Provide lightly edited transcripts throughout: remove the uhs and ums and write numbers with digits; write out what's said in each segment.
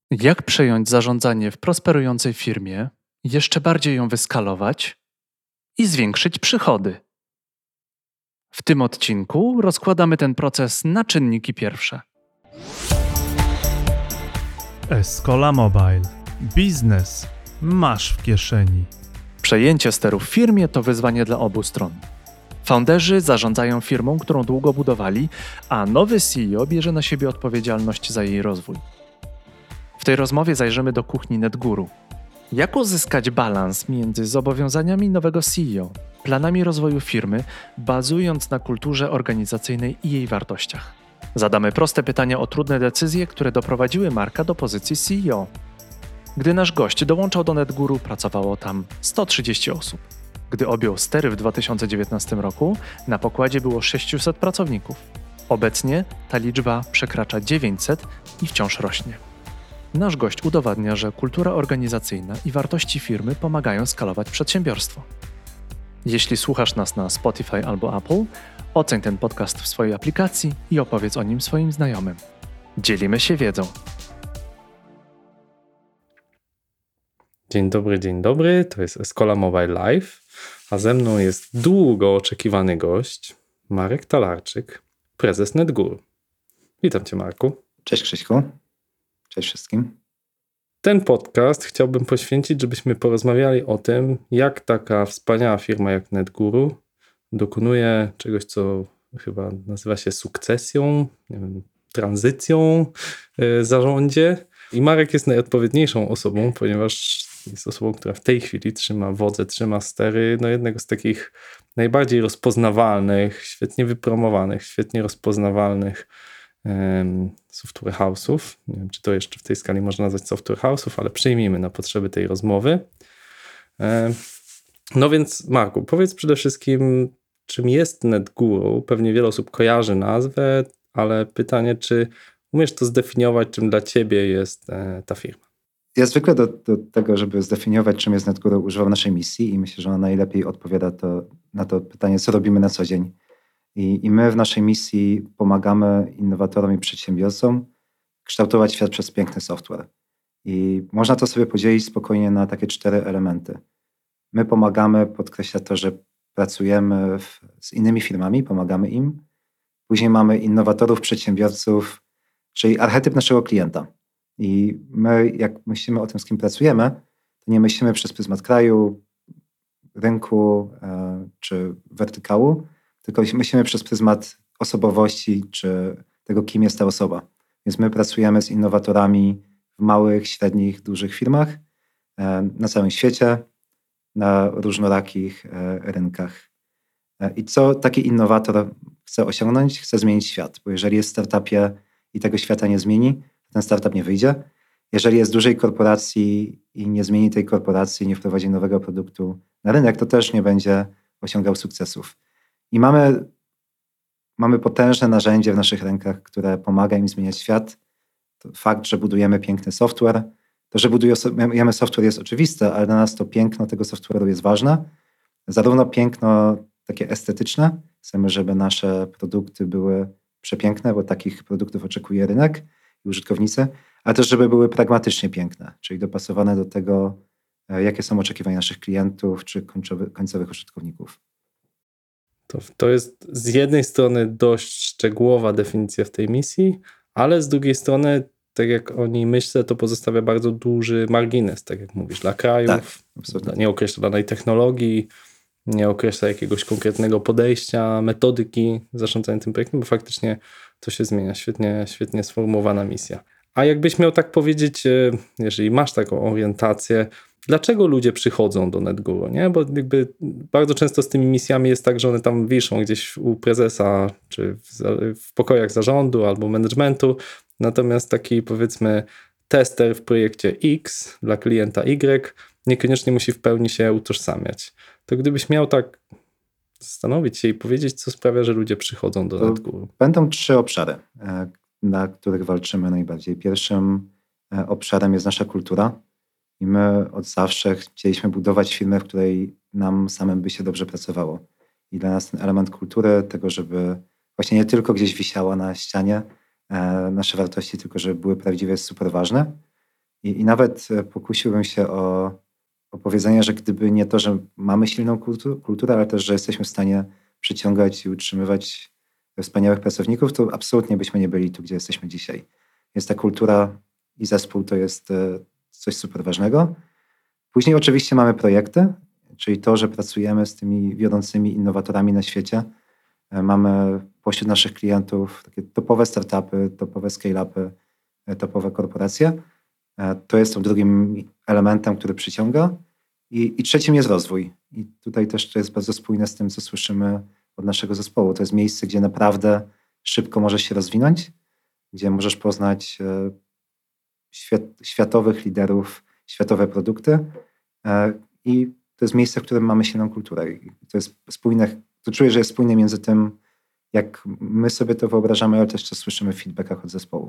Jak przejąć zarządzanie w prosperującej firmie, jeszcze bardziej ją wyskalować i zwiększyć przychody? W tym odcinku rozkładamy ten proces na czynniki pierwsze. Escola Mobile. Biznes masz w kieszeni. Przejęcie sterów w firmie to wyzwanie dla obu stron. Founderzy zarządzają firmą, którą długo budowali, a nowy CEO bierze na siebie odpowiedzialność za jej rozwój. W tej rozmowie zajrzymy do kuchni NetGuru. Jak uzyskać balans między zobowiązaniami nowego CEO, planami rozwoju firmy, bazując na kulturze organizacyjnej i jej wartościach? Zadamy proste pytania o trudne decyzje, które doprowadziły Marka do pozycji CEO. Gdy nasz gość dołączał do NetGuru, pracowało tam 130 osób. Gdy objął stery w 2019 roku, na pokładzie było 600 pracowników. Obecnie ta liczba przekracza 900 i wciąż rośnie. Nasz gość udowadnia, że kultura organizacyjna i wartości firmy pomagają skalować przedsiębiorstwo. Jeśli słuchasz nas na Spotify albo Apple, oceń ten podcast w swojej aplikacji i opowiedz o nim swoim znajomym. Dzielimy się wiedzą. Dzień dobry, to jest Escola Mobile Live, a ze mną jest długo oczekiwany gość, Marek Talarczyk, prezes NetGuru. Witam Cię, Marku. Cześć Krzyśku, cześć wszystkim. Ten podcast chciałbym poświęcić, żebyśmy porozmawiali o tym, jak taka wspaniała firma jak NetGuru dokonuje czegoś, co chyba nazywa się sukcesją, tranzycją w zarządzie. I Marek jest najodpowiedniejszą osobą, ponieważ jest osobą, która w tej chwili trzyma stery jednego z takich najbardziej rozpoznawalnych, świetnie wypromowanych, świetnie rozpoznawalnych software house'ów. Nie wiem, czy to jeszcze w tej skali można nazwać software house'ów, ale przyjmijmy na potrzeby tej rozmowy. No więc Marku, powiedz przede wszystkim, czym jest NetGuru. Pewnie wiele osób kojarzy nazwę, ale pytanie, czy umiesz to zdefiniować, czym dla Ciebie jest ta firma? Ja zwykle do tego, żeby zdefiniować, czym jest NetGuru, używam naszej misji i myślę, że ona najlepiej odpowiada na to pytanie, co robimy na co dzień. I my w naszej misji pomagamy innowatorom i przedsiębiorcom kształtować świat przez piękny software. I można to sobie podzielić spokojnie na takie 4 elementy. My pomagamy, podkreśla to, że pracujemy z innymi firmami, pomagamy im. Później mamy innowatorów, przedsiębiorców, czyli archetyp naszego klienta. I my, jak myślimy o tym, z kim pracujemy, to nie myślimy przez pryzmat kraju, rynku czy wertykału, tylko myślimy przez pryzmat osobowości czy tego, kim jest ta osoba. Więc my pracujemy z innowatorami w małych, średnich, dużych firmach na całym świecie, na różnorakich rynkach. I co taki innowator chce osiągnąć? Chce zmienić świat, bo jeżeli jest w startupie i tego świata nie zmieni, ten startup nie wyjdzie. Jeżeli jest w dużej korporacji i nie zmieni tej korporacji, nie wprowadzi nowego produktu na rynek, to też nie będzie osiągał sukcesów. I mamy potężne narzędzie w naszych rękach, które pomaga im zmieniać świat. To fakt, że budujemy piękny software. To, że budujemy software jest oczywiste, ale dla nas to piękno tego software'u jest ważne. Zarówno piękno takie estetyczne. Chcemy, żeby nasze produkty były przepiękne, bo takich produktów oczekuje rynek i użytkownicy, ale też, żeby były pragmatycznie piękne, czyli dopasowane do tego, jakie są oczekiwania naszych klientów czy końcowych użytkowników. To jest z jednej strony dość szczegółowa definicja w tej misji, ale z drugiej strony, tak jak o niej myślę, to pozostawia bardzo duży margines, tak jak mówisz, dla krajów, tak, nie określa danej technologii, nie określa jakiegoś konkretnego podejścia, metodyki zarządzania tym projektem, bo faktycznie to się zmienia. Świetnie sformułowana misja. A jakbyś miał tak powiedzieć, jeżeli masz taką orientację, dlaczego ludzie przychodzą do NetGuru, nie? Bo jakby bardzo często z tymi misjami jest tak, że one tam wiszą gdzieś u prezesa, czy w pokojach zarządu albo managementu, natomiast taki, powiedzmy, tester w projekcie X dla klienta Y niekoniecznie musi w pełni się utożsamiać. To gdybyś miał tak zastanowić się i powiedzieć, co sprawia, że ludzie przychodzą do NetGuru. Będą 3 obszary, na których walczymy najbardziej. Pierwszym obszarem jest nasza kultura. I my od zawsze chcieliśmy budować firmę, w której nam samym by się dobrze pracowało. I dla nas ten element kultury, tego, żeby właśnie nie tylko gdzieś wisiała na ścianie nasze wartości, tylko żeby były prawdziwe, jest super ważne. I nawet pokusiłbym się o powiedzenie, że gdyby nie to, że mamy silną kulturę, ale też, że jesteśmy w stanie przyciągać i utrzymywać wspaniałych pracowników, to absolutnie byśmy nie byli tu, gdzie jesteśmy dzisiaj. Więc ta kultura i zespół to jest coś super ważnego. Później oczywiście mamy projekty, czyli to, że pracujemy z tymi wiodącymi innowatorami na świecie. Mamy pośród naszych klientów takie topowe startupy, topowe scale-upy, topowe korporacje. To jest tym drugim elementem, który przyciąga. I trzecim jest rozwój. I tutaj też to jest bardzo spójne z tym, co słyszymy od naszego zespołu. To jest miejsce, gdzie naprawdę szybko możesz się rozwinąć, gdzie możesz poznać światowych liderów, światowe produkty. I to jest miejsce, w którym mamy silną kulturę. I to jest spójne, to czuję, że jest spójne między tym, jak my sobie to wyobrażamy, ale też co słyszymy w feedbackach od zespołu.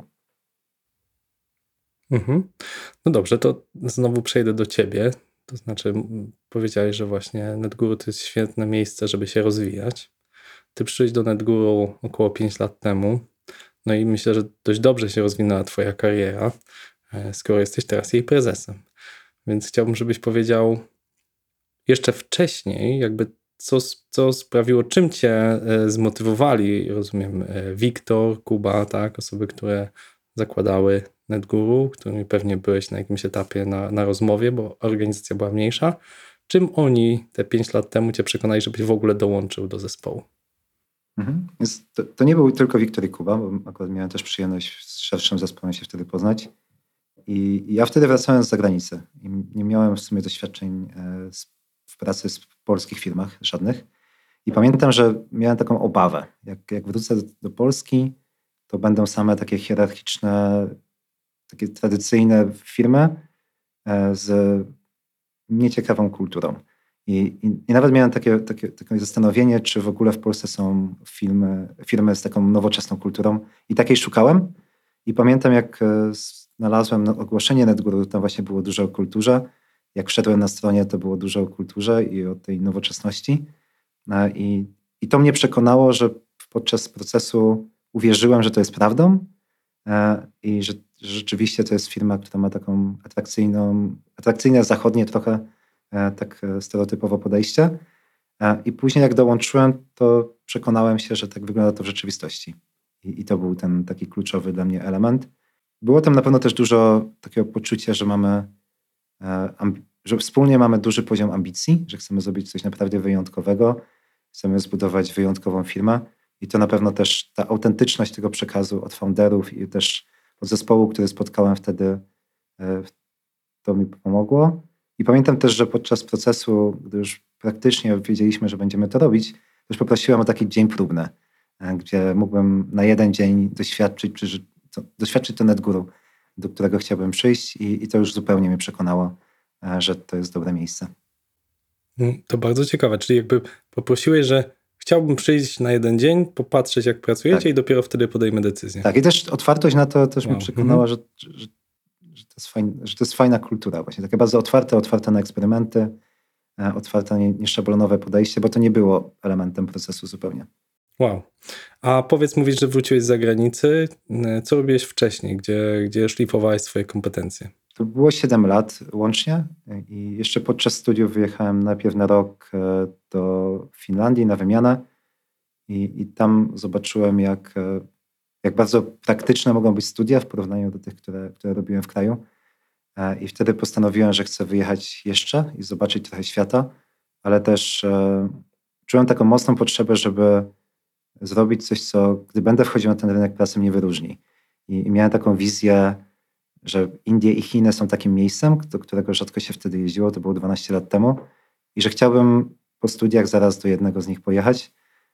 No dobrze, to znowu przejdę do ciebie. To znaczy powiedziałeś, że właśnie NetGuru to jest świetne miejsce, żeby się rozwijać. Ty przyszedłeś do NetGuru około 5 lat temu. No i myślę, że dość dobrze się rozwinęła twoja kariera, skoro jesteś teraz jej prezesem. Więc chciałbym, żebyś powiedział jeszcze wcześniej, jakby co sprawiło, czym cię zmotywowali, rozumiem, Wiktor, Kuba, tak, osoby, które zakładały NetGuru, którymi pewnie byłeś na jakimś etapie na rozmowie, bo organizacja była mniejsza. Czym oni te 5 lat temu cię przekonali, żebyś w ogóle dołączył do zespołu? Więc to nie był tylko Wiktor i Kuba, bo akurat miałem też przyjemność z szerszym zespołem się wtedy poznać. I ja wtedy wracałem z zagranicy i nie miałem w sumie doświadczeń w pracy w polskich firmach żadnych. I pamiętam, że miałem taką obawę. Jak wrócę do Polski, to będą same takie hierarchiczne, takie tradycyjne firmy z nieciekawą kulturą. I nawet miałem takie zastanowienie, czy w ogóle w Polsce są firmy z taką nowoczesną kulturą. I takiej szukałem. I pamiętam, jak znalazłem ogłoszenie NetGuru, tam właśnie było dużo o kulturze. Jak wszedłem na stronie, to było dużo o kulturze i o tej nowoczesności. I to mnie przekonało, że podczas procesu uwierzyłem, że to jest prawdą i że rzeczywiście to jest firma, która ma taką atrakcyjne zachodnie trochę tak stereotypowo podejście. I później jak dołączyłem, to przekonałem się, że tak wygląda to w rzeczywistości. I to był ten taki kluczowy dla mnie element. Było tam na pewno też dużo takiego poczucia, że że wspólnie mamy duży poziom ambicji, że chcemy zrobić coś naprawdę wyjątkowego, chcemy zbudować wyjątkową firmę i to na pewno też ta autentyczność tego przekazu od founderów i też od zespołu, który spotkałem wtedy, to mi pomogło. I pamiętam też, że podczas procesu, gdy już praktycznie wiedzieliśmy, że będziemy to robić, też poprosiłem o taki dzień próbny, gdzie mógłbym na jeden dzień doświadczyć to NetGuru, do którego chciałbym przyjść i to już zupełnie mnie przekonało, że to jest dobre miejsce. To bardzo ciekawe, czyli jakby poprosiłeś, że chciałbym przyjść na jeden dzień, popatrzeć jak pracujecie tak. I dopiero wtedy podejmę decyzję. Tak, i też otwartość na to też mnie przekonała, że to jest fajna kultura właśnie, taka bardzo otwarta na eksperymenty, otwarta na nieszablonowe podejście, bo to nie było elementem procesu zupełnie. Wow. A powiedz, mówisz, że wróciłeś z zagranicy. Co robiłeś wcześniej? Gdzie szlifowałeś swoje kompetencje? To było 7 lat łącznie i jeszcze podczas studiów wyjechałem najpierw na rok do Finlandii na wymianę i tam zobaczyłem, jak bardzo praktyczne mogą być studia w porównaniu do tych, które robiłem w kraju. I wtedy postanowiłem, że chcę wyjechać jeszcze i zobaczyć trochę świata, ale też czułem taką mocną potrzebę, żeby zrobić coś, co gdy będę wchodził na ten rynek pracy mnie wyróżni. I miałem taką wizję, że Indie i Chiny są takim miejscem, do którego rzadko się wtedy jeździło, to było 12 lat temu i że chciałbym po studiach zaraz do jednego z nich pojechać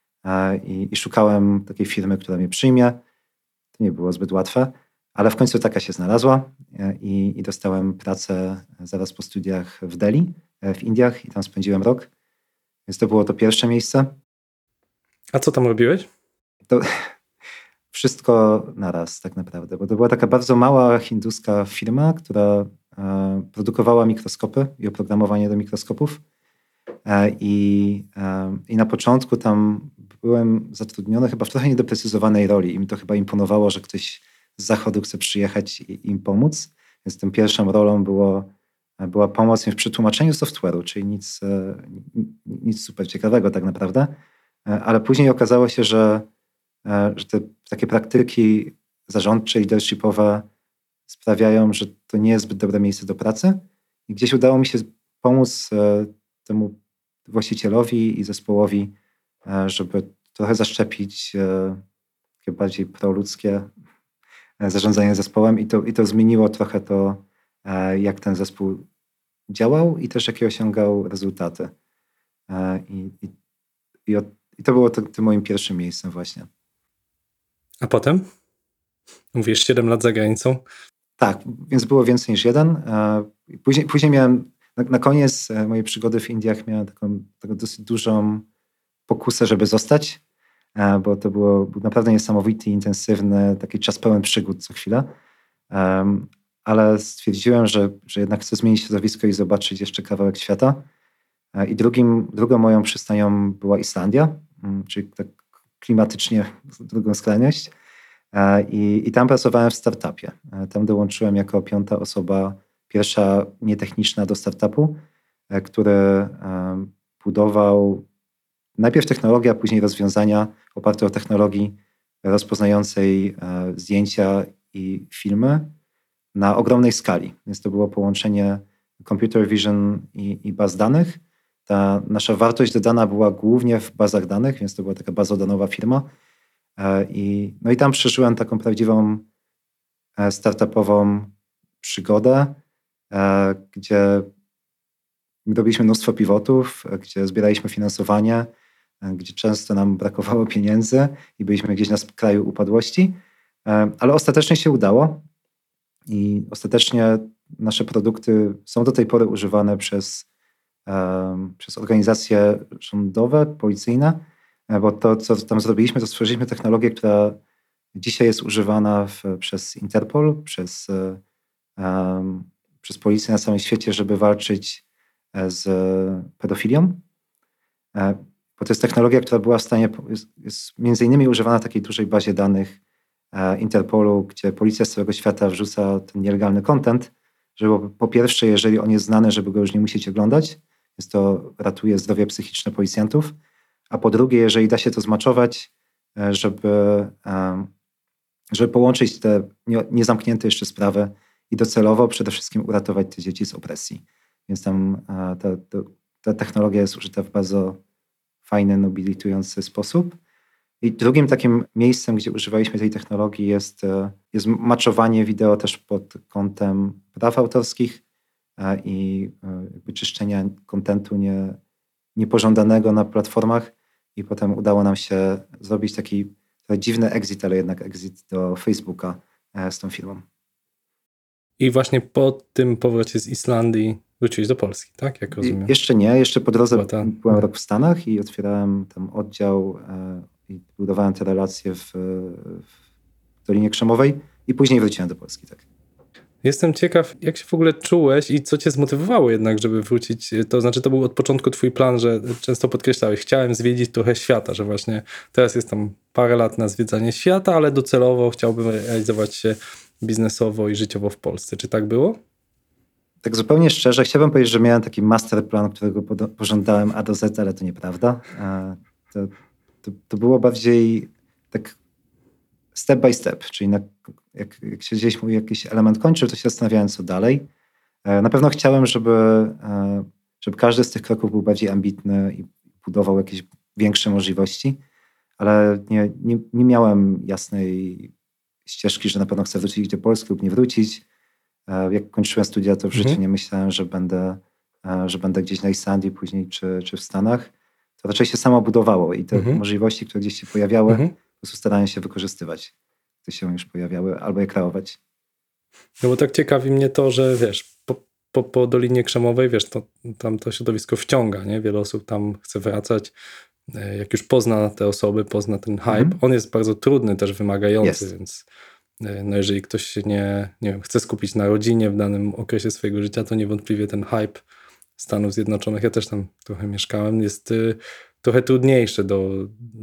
i szukałem takiej firmy, która mnie przyjmie. To nie było zbyt łatwe, ale w końcu taka się znalazła i dostałem pracę zaraz po studiach w Delhi, w Indiach i tam spędziłem rok. Więc to było to pierwsze miejsce. A co tam robiłeś? To wszystko naraz tak naprawdę, bo to była taka bardzo mała hinduska firma, która produkowała mikroskopy i oprogramowanie do mikroskopów. I na początku tam byłem zatrudniony chyba w trochę niedoprecyzowanej roli i mi to chyba imponowało, że ktoś z zachodu chce przyjechać i im pomóc. Więc tą pierwszą rolą była pomoc mi w przetłumaczeniu software'u, czyli nic super ciekawego tak naprawdę. Ale później okazało się, że te takie praktyki zarządcze, leadershipowe sprawiają, że to nie jest zbyt dobre miejsce do pracy. I gdzieś udało mi się pomóc temu właścicielowi i zespołowi, żeby trochę zaszczepić takie bardziej proludzkie zarządzanie zespołem i to zmieniło trochę to, jak ten zespół działał i też jakie osiągał rezultaty. I to było tym moim pierwszym miejscem właśnie. A potem? Mówisz 7 lat za granicą. Tak, więc było więcej niż jeden. Później miałem, na koniec mojej przygody w Indiach miałem taką dosyć dużą pokusę, żeby zostać, bo to był naprawdę niesamowity, intensywny, taki czas pełen przygód co chwilę. Ale stwierdziłem, że jednak chcę zmienić środowisko i zobaczyć jeszcze kawałek świata. I drugą moją przystanią była Islandia, czyli tak klimatycznie drugą skrajność. I tam pracowałem w startupie. Tam dołączyłem jako 5. osoba, pierwsza nietechniczna do startupu, który budował najpierw technologię, a później rozwiązania oparte o technologii rozpoznającej zdjęcia i filmy na ogromnej skali. Więc to było połączenie computer vision i baz danych. Ta nasza wartość dodana była głównie w bazach danych, więc to była taka bazodanowa firma. I tam przeżyłem taką prawdziwą startupową przygodę, gdzie robiliśmy mnóstwo pivotów, gdzie zbieraliśmy finansowanie, gdzie często nam brakowało pieniędzy i byliśmy gdzieś na skraju upadłości, ale ostatecznie się udało i ostatecznie nasze produkty są do tej pory używane przez organizacje rządowe, policyjne, bo to, co tam zrobiliśmy, to stworzyliśmy technologię, która dzisiaj jest używana przez Interpol, przez policję na całym świecie, żeby walczyć z pedofilią. Bo to jest technologia, która była w stanie, jest między innymi używana w takiej dużej bazie danych Interpolu, gdzie policja z całego świata wrzuca ten nielegalny content, żeby po pierwsze, jeżeli on jest znany, żeby go już nie musieć oglądać, więc to ratuje zdrowie psychiczne policjantów, a po drugie, jeżeli da się to zmaczować, żeby połączyć te niezamknięte jeszcze sprawy i docelowo przede wszystkim uratować te dzieci z opresji. Więc tam ta technologia jest użyta w bardzo fajny, nobilitujący sposób. I drugim takim miejscem, gdzie używaliśmy tej technologii jest maczowanie wideo też pod kątem praw autorskich i czyszczenia kontentu niepożądanego na platformach. I potem udało nam się zrobić taki dziwny exit, ale jednak exit do Facebooka z tą firmą. I właśnie po tym powrocie z Islandii wróciłeś do Polski, tak? Jak rozumiem. Jeszcze nie. Jeszcze po drodze byłem rok w Stanach i otwierałem tam oddział i budowałem te relacje w Dolinie Krzemowej i później wróciłem do Polski, tak. Jestem ciekaw, jak się w ogóle czułeś i co cię zmotywowało jednak, żeby wrócić. To znaczy, to był od początku twój plan, że często podkreślałeś, chciałem zwiedzić trochę świata, że właśnie teraz jest tam parę lat na zwiedzanie świata, ale docelowo chciałbym realizować się biznesowo i życiowo w Polsce. Czy tak było? Tak zupełnie szczerze, chciałbym powiedzieć, że miałem taki masterplan, którego pożądałem A do Z, ale to nieprawda. To było bardziej tak step by step, czyli jak się gdzieś mój jakiś element kończył, to się zastanawiałem, co dalej. Na pewno chciałem, żeby każdy z tych kroków był bardziej ambitny i budował jakieś większe możliwości, ale nie miałem jasnej ścieżki, że na pewno chcę wrócić do Polski lub nie wrócić. Jak kończyłem studia, to w życiu nie myślałem, że będę gdzieś na Islandii później czy w Stanach. To raczej się samo budowało i te możliwości, które gdzieś się pojawiały, po prostu starałem się wykorzystywać, które się już pojawiały, albo je kreować. No bo tak ciekawi mnie to, że wiesz, po Dolinie Krzemowej, wiesz, tam to środowisko wciąga, nie? Wiele osób tam chce wracać. Jak już pozna te osoby, pozna ten hype, on jest bardzo trudny, też wymagający, więc no jeżeli ktoś się nie wiem, chce skupić na rodzinie w danym okresie swojego życia, to niewątpliwie ten hype Stanów Zjednoczonych, ja też tam trochę mieszkałem, jest trochę trudniejszy do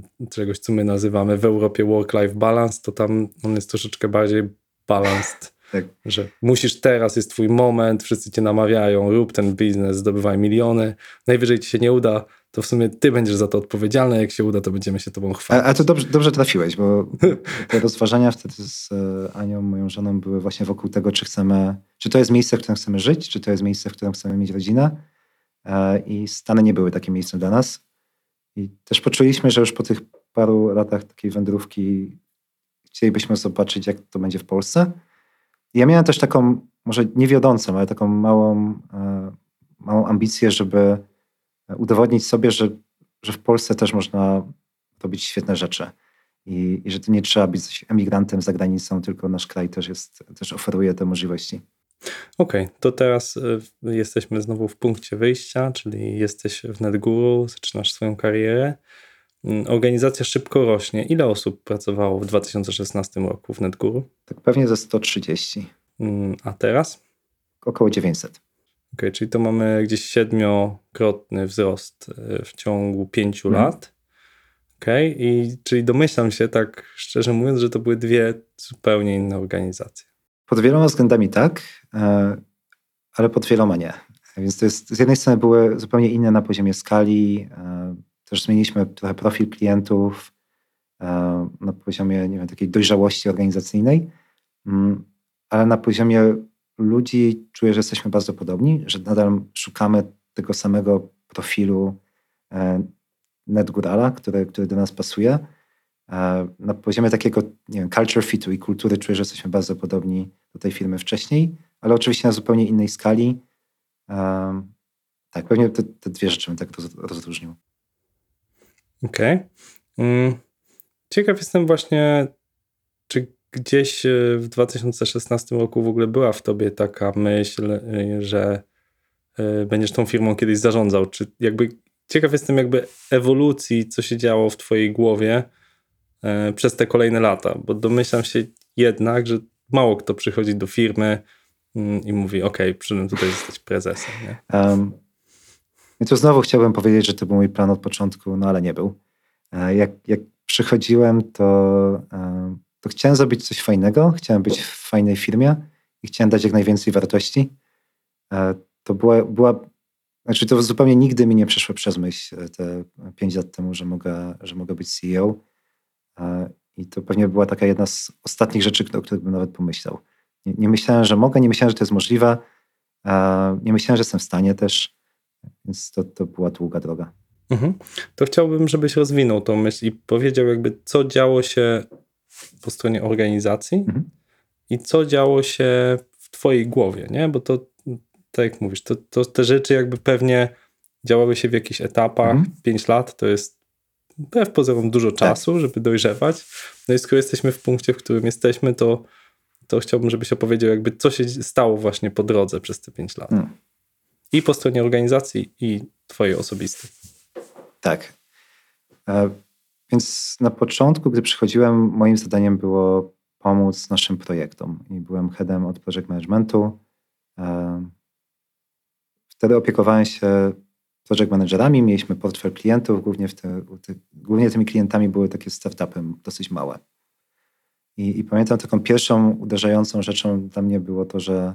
czegoś, co my nazywamy w Europie work-life balance, to tam on jest troszeczkę bardziej balanced. Tak. Że musisz teraz, jest twój moment, wszyscy cię namawiają, rób ten biznes, zdobywaj miliony. Najwyżej ci się nie uda, to w sumie ty będziesz za to odpowiedzialny, jak się uda, to będziemy się tobą chwalić. A to dobrze trafiłeś, bo te rozważania wtedy z Anią, moją żoną, były właśnie wokół tego, czy to jest miejsce, w którym chcemy żyć, czy to jest miejsce, w którym chcemy mieć rodzinę. I Stany nie były takim miejscem dla nas. I też poczuliśmy, że już po tych paru latach takiej wędrówki chcielibyśmy zobaczyć, jak to będzie w Polsce. I ja miałem też taką, może nie wiodącą, ale taką małą ambicję, żeby udowodnić sobie, że w Polsce też można robić świetne rzeczy. I że to nie trzeba być emigrantem za granicą, tylko nasz kraj też oferuje te możliwości. Okej, to teraz jesteśmy znowu w punkcie wyjścia, czyli jesteś w NetGuru, zaczynasz swoją karierę. Organizacja szybko rośnie. Ile osób pracowało w 2016 roku w NetGuru? Tak pewnie ze 130. A teraz? Około 900. Okej, czyli to mamy gdzieś 7-krotny wzrost w ciągu 5 lat. Okej, czyli domyślam się tak szczerze mówiąc, że to były dwie zupełnie inne organizacje. Pod wieloma względami tak, ale pod wieloma nie. Więc to jest, z jednej strony były zupełnie inne na poziomie skali, też zmieniliśmy trochę profil klientów na poziomie, nie wiem, takiej dojrzałości organizacyjnej, ale na poziomie ludzi czuję, że jesteśmy bardzo podobni, że nadal szukamy tego samego profilu NetGurala, który do nas pasuje. Na poziomie takiego, nie wiem, culture fitu i kultury czuję, że jesteśmy bardzo podobni do tej firmy wcześniej, ale oczywiście na zupełnie innej skali. Tak, pewnie te dwie rzeczy bym tak rozróżnił. Okej. Ciekaw jestem właśnie, czy gdzieś w 2016 roku w ogóle była w tobie taka myśl, że będziesz tą firmą kiedyś zarządzał, czy ciekaw jestem ewolucji, co się działo w twojej głowie przez te kolejne lata, bo domyślam się jednak, że mało kto przychodzi do firmy i mówi, przyszedłem tutaj zostać prezesem. Nie? I tu znowu chciałbym powiedzieć, że to był mój plan od początku, no ale nie był. Jak przychodziłem, to chciałem zrobić coś fajnego, chciałem być w fajnej firmie i chciałem dać jak najwięcej wartości. To to zupełnie nigdy mi nie przeszło przez myśl te 5 lat temu, że mogę być CEO. I to pewnie była taka jedna z ostatnich rzeczy, o których bym nawet pomyślał. Nie myślałem, że mogę, nie myślałem, że to jest możliwe. Nie myślałem, że jestem w stanie też. Więc to była długa droga. To chciałbym, żebyś rozwinął tą myśl i powiedział co działo się po stronie organizacji i co działo się w twojej głowie, nie? Bo to, tak jak mówisz, to te rzeczy pewnie działały się w jakichś etapach. 5 lat to jest wbrew pozorom dużo czasu, żeby dojrzewać. No i skoro jesteśmy w punkcie, w którym jesteśmy, to chciałbym, żebyś opowiedział co się stało właśnie po drodze przez te 5 lat. I po stronie organizacji, i twojej osobistej. Tak. Więc na początku, gdy przychodziłem, moim zadaniem było pomóc naszym projektom. I byłem headem od project managementu. Wtedy opiekowałem się project managerami, mieliśmy portfel klientów, głównie tymi klientami były takie startupy dosyć małe. I pamiętam taką pierwszą uderzającą rzeczą dla mnie było to, że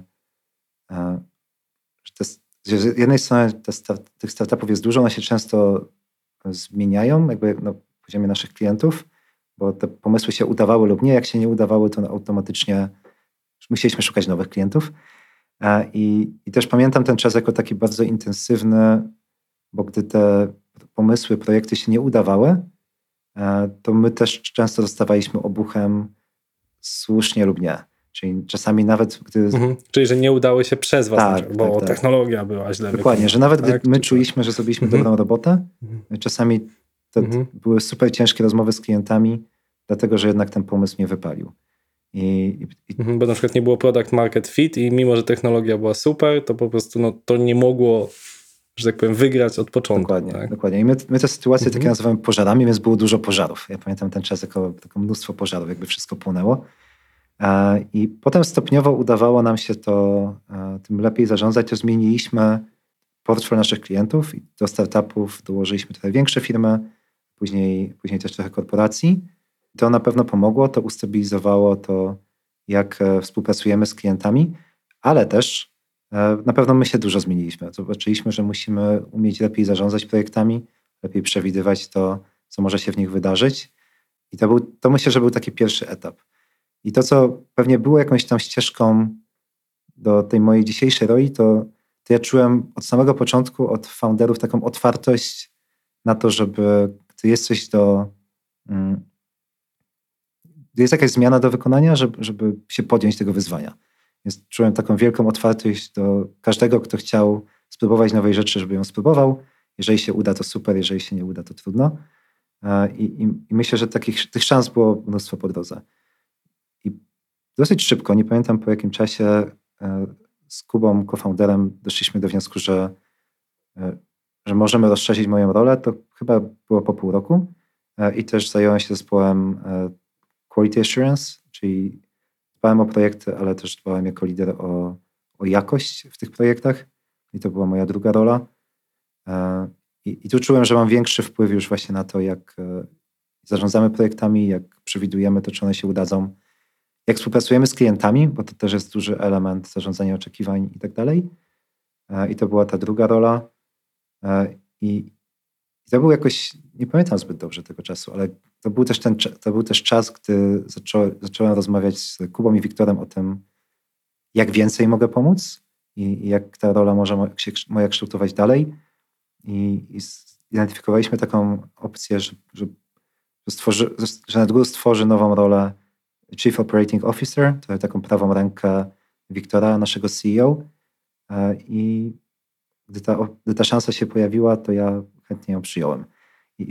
z jednej strony tych startupów jest dużo, one się często zmieniają na poziomie naszych klientów, bo te pomysły się udawały lub nie. Jak się nie udawały, to automatycznie musieliśmy szukać nowych klientów. I też pamiętam ten czas jako taki bardzo intensywny, bo gdy te pomysły, projekty się nie udawały, to my też często dostawaliśmy obuchem słusznie lub nie. Czyli czasami nawet gdy... Czyli, że nie udało się przez was, bo tak. technologia była źle Dokładnie, że nawet gdy my czuliśmy, że zrobiliśmy dobrą robotę, czasami to były super ciężkie rozmowy z klientami, dlatego, że jednak ten pomysł nie wypalił. Bo na przykład nie było product market fit i mimo, że technologia była super, to po prostu to nie mogło, że tak powiem, wygrać od początku. Dokładnie. I my te sytuacje takie nazywamy pożarami, więc było dużo pożarów. Ja pamiętam ten czas jako mnóstwo pożarów, wszystko płonęło. I potem stopniowo udawało nam się to tym lepiej zarządzać. To zmieniliśmy portfel naszych klientów i do startupów dołożyliśmy trochę większe firmy, później też trochę korporacji. To na pewno pomogło, to ustabilizowało, to jak współpracujemy z klientami, ale też na pewno my się dużo zmieniliśmy. Zobaczyliśmy, że musimy umieć lepiej zarządzać projektami, lepiej przewidywać to, co może się w nich wydarzyć. I to myślę, że był taki pierwszy etap. I to, co pewnie było jakąś tam ścieżką do tej mojej dzisiejszej roli, to ja czułem od samego początku od founderów taką otwartość na to, żeby gdy jest coś gdy jest jakaś zmiana do wykonania, żeby się podjąć tego wyzwania. Więc czułem taką wielką otwartość do każdego, kto chciał spróbować nowej rzeczy, żeby ją spróbował. Jeżeli się uda, to super, jeżeli się nie uda, to trudno. I myślę, że tych szans było mnóstwo po drodze. I dosyć szybko, nie pamiętam po jakim czasie, z Kubą, co-founderem, doszliśmy do wniosku, że możemy rozszerzyć moją rolę. To chyba było po pół roku. I też zająłem się zespołem Quality Assurance, czyli dbałem o projekty, ale też dbałem jako lider o jakość w tych projektach. I to była moja druga rola. I tu czułem, że mam większy wpływ już właśnie na to, jak zarządzamy projektami, jak przewidujemy to, czy one się udadzą, jak współpracujemy z klientami, bo to też jest duży element zarządzania oczekiwań i tak dalej. I to była ta druga rola. I to był jakoś, nie pamiętam zbyt dobrze tego czasu, ale to był też czas, gdy zacząłem rozmawiać z Kubą i Wiktorem o tym, jak więcej mogę pomóc i jak ta rola może się moja kształtować dalej. I zidentyfikowaliśmy taką opcję, że NetGuru stworzy nową rolę Chief Operating Officer, to taką prawą rękę Wiktora, naszego CEO. I gdy ta szansa się pojawiła, to ja chętnie ją przyjąłem. I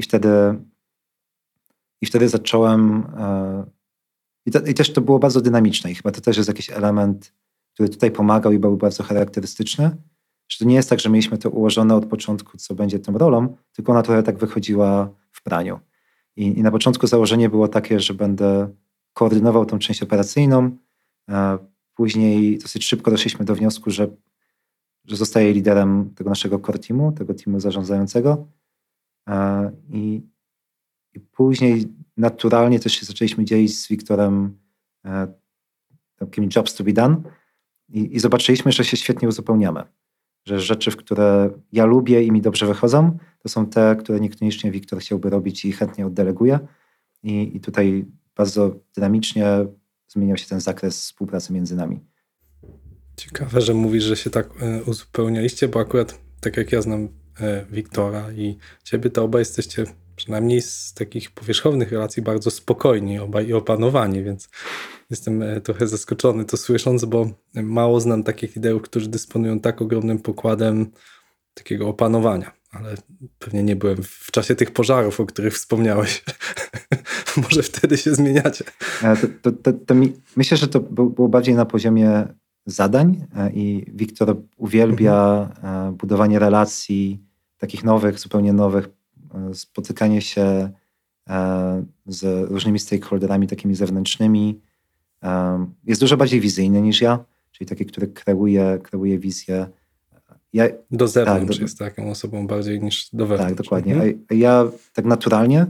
wtedy zacząłem... I też to było bardzo dynamiczne i chyba to też jest jakiś element, który tutaj pomagał i był bardzo charakterystyczny. Że to nie jest tak, że mieliśmy to ułożone od początku, co będzie tą rolą, tylko ona trochę tak wychodziła w praniu. I na początku założenie było takie, że będę koordynował tą część operacyjną. Później dosyć szybko doszliśmy do wniosku, że zostaję liderem tego naszego core teamu, tego teamu zarządzającego. I później naturalnie też się zaczęliśmy dzielić z Wiktorem takimi jobs to be done i zobaczyliśmy, że się świetnie uzupełniamy. Że rzeczy, w które ja lubię i mi dobrze wychodzą, to są te, które niekoniecznie Wiktor chciałby robić i chętnie oddeleguje. I tutaj bardzo dynamicznie zmieniał się ten zakres współpracy między nami. Ciekawe, że mówisz, że się tak uzupełnialiście, bo akurat tak jak ja znam Wiktora i ciebie, to obaj jesteście przynajmniej z takich powierzchownych relacji bardzo spokojni obaj i opanowani, więc jestem trochę zaskoczony to słysząc, bo mało znam takich liderów, którzy dysponują tak ogromnym pokładem takiego opanowania, ale pewnie nie byłem w czasie tych pożarów, o których wspomniałeś. Może wtedy się zmieniacie. Myślę, że to było bardziej na poziomie zadań i Wiktor uwielbia budowanie relacji takich nowych, zupełnie nowych, spotykanie się z różnymi stakeholderami takimi zewnętrznymi. Jest dużo bardziej wizyjny niż ja, czyli taki, który kreuje wizję. Do zewnątrz jest taką osobą bardziej niż do wewnątrz. Tak, dokładnie. A ja tak naturalnie,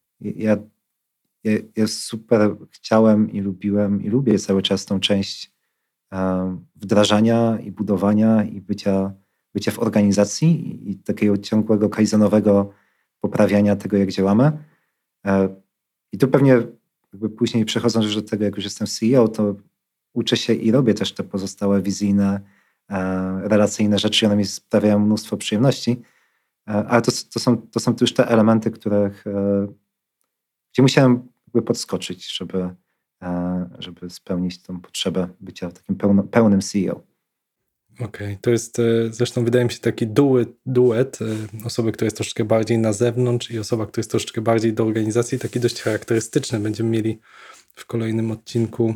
ja super chciałem i lubiłem i lubię cały czas tą część wdrażania i budowania i bycia w organizacji i takiego ciągłego kaizenowego poprawiania tego, jak działamy. I tu pewnie jakby później przechodząc już do tego, jak już jestem CEO, to uczę się i robię też te pozostałe wizyjne, relacyjne rzeczy i one mi sprawiają mnóstwo przyjemności. Ale to są już te elementy, gdzie musiałem jakby podskoczyć, żeby spełnić tą potrzebę bycia takim pełnym CEO. Okej, to jest zresztą wydaje mi się taki duet osoby, która jest troszeczkę bardziej na zewnątrz i osoba, która jest troszeczkę bardziej do organizacji, taki dość charakterystyczny. Będziemy mieli w kolejnym odcinku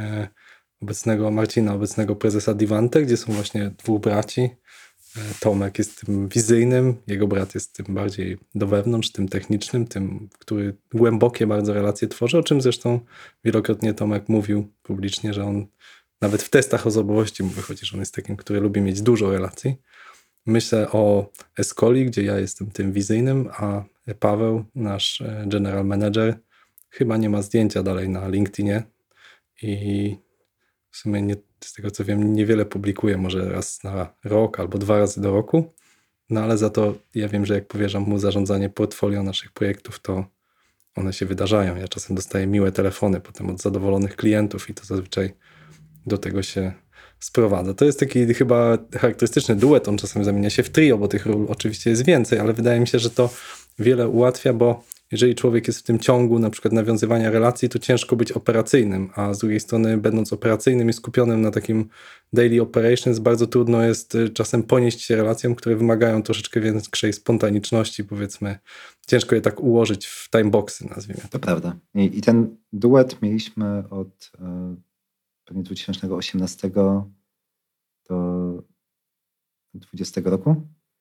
obecnego prezesa Divante, gdzie są właśnie dwóch braci. Tomek jest tym wizyjnym, jego brat jest tym bardziej do wewnątrz, tym technicznym, tym, który głębokie bardzo relacje tworzy, o czym zresztą wielokrotnie Tomek mówił publicznie, że on nawet w testach osobowości mu wychodzi, że on jest takim, który lubi mieć dużo relacji. Myślę o Escoli, gdzie ja jestem tym wizyjnym, a Paweł, nasz general manager, chyba nie ma zdjęcia dalej na LinkedInie i w sumie z tego co wiem niewiele publikuje, może raz na rok albo 2 razy do roku, no ale za to ja wiem, że jak powierzam mu zarządzanie portfolio naszych projektów, to one się wydarzają. Ja czasem dostaję miłe telefony potem od zadowolonych klientów i to zazwyczaj do tego się sprowadza. To jest taki chyba charakterystyczny duet, on czasem zamienia się w trio, bo tych ról oczywiście jest więcej, ale wydaje mi się, że to wiele ułatwia, bo jeżeli człowiek jest w tym ciągu na przykład nawiązywania relacji, to ciężko być operacyjnym, a z drugiej strony będąc operacyjnym i skupionym na takim daily operations, bardzo trudno jest czasem ponieść się relacjom, które wymagają troszeczkę większej spontaniczności, powiedzmy. Ciężko je tak ułożyć w timeboxy, nazwijmy to. To prawda. I ten duet mieliśmy od pewnie 2018 do 2020 roku.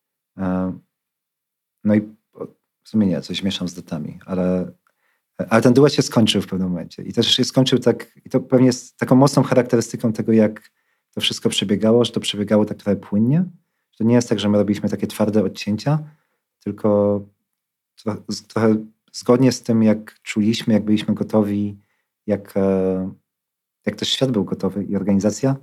No i w sumie nie, coś mieszam z datami, ale ten duet się skończył w pewnym momencie. I też się skończył tak, i to pewnie jest taką mocną charakterystyką tego, jak to wszystko przebiegało, że to przebiegało tak trochę płynnie. Że to nie jest tak, że my robiliśmy takie twarde odcięcia, tylko trochę zgodnie z tym, jak czuliśmy, jak byliśmy gotowi, jak też świat był gotowy i organizacja,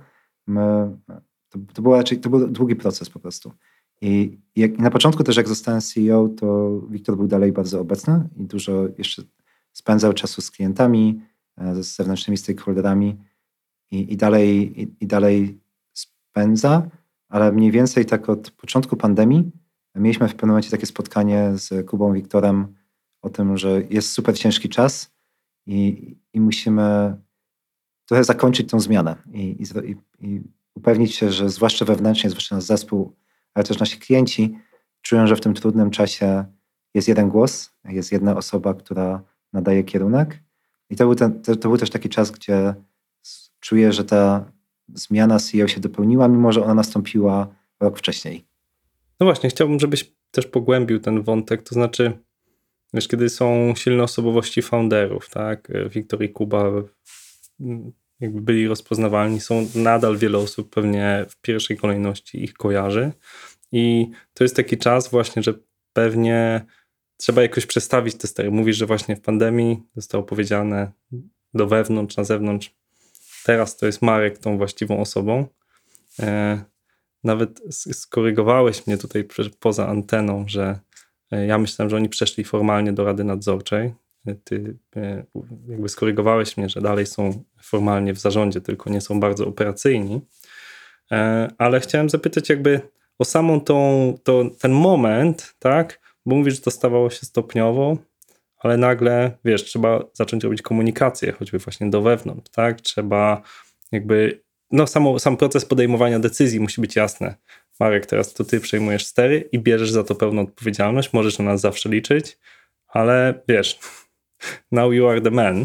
to był długi proces po prostu. I na początku też jak zostałem CEO, to Wiktor był dalej bardzo obecny i dużo jeszcze spędzał czasu z klientami, z zewnętrznymi stakeholderami i dalej spędza, ale mniej więcej tak od początku pandemii mieliśmy w pewnym momencie takie spotkanie z Kubą, Wiktorem o tym, że jest super ciężki czas i musimy trochę zakończyć tą zmianę i upewnić się, że zwłaszcza wewnętrznie, zwłaszcza nasz zespół, ale też nasi klienci czują, że w tym trudnym czasie jest jeden głos, jest jedna osoba, która nadaje kierunek. I to był też taki czas, gdzie czuję, że ta zmiana CEO się dopełniła, mimo że ona nastąpiła rok wcześniej. No właśnie, chciałbym, żebyś też pogłębił ten wątek, to znaczy, wiesz, kiedy są silne osobowości founderów, tak, Wiktor i Kuba jakby byli rozpoznawalni, są nadal wiele osób pewnie w pierwszej kolejności ich kojarzy i to jest taki czas właśnie, że pewnie trzeba jakoś przestawić te stery. Mówisz, że właśnie w pandemii zostało powiedziane do wewnątrz, na zewnątrz. Teraz to jest Marek tą właściwą osobą. Nawet skorygowałeś mnie tutaj poza anteną, że ja myślałem, że oni przeszli formalnie do Rady Nadzorczej. Ty jakby skorygowałeś mnie, że dalej są formalnie w zarządzie, tylko nie są bardzo operacyjni. Ale chciałem zapytać jakby o samą ten moment, tak? Bo mówisz, że to stawało się stopniowo, ale nagle, wiesz, trzeba zacząć robić komunikację, choćby właśnie do wewnątrz, tak? Trzeba jakby, no sam proces podejmowania decyzji musi być jasny. Marek, teraz to ty przejmujesz stery i bierzesz za to pełną odpowiedzialność, możesz na nas zawsze liczyć, ale wiesz, now you are the man.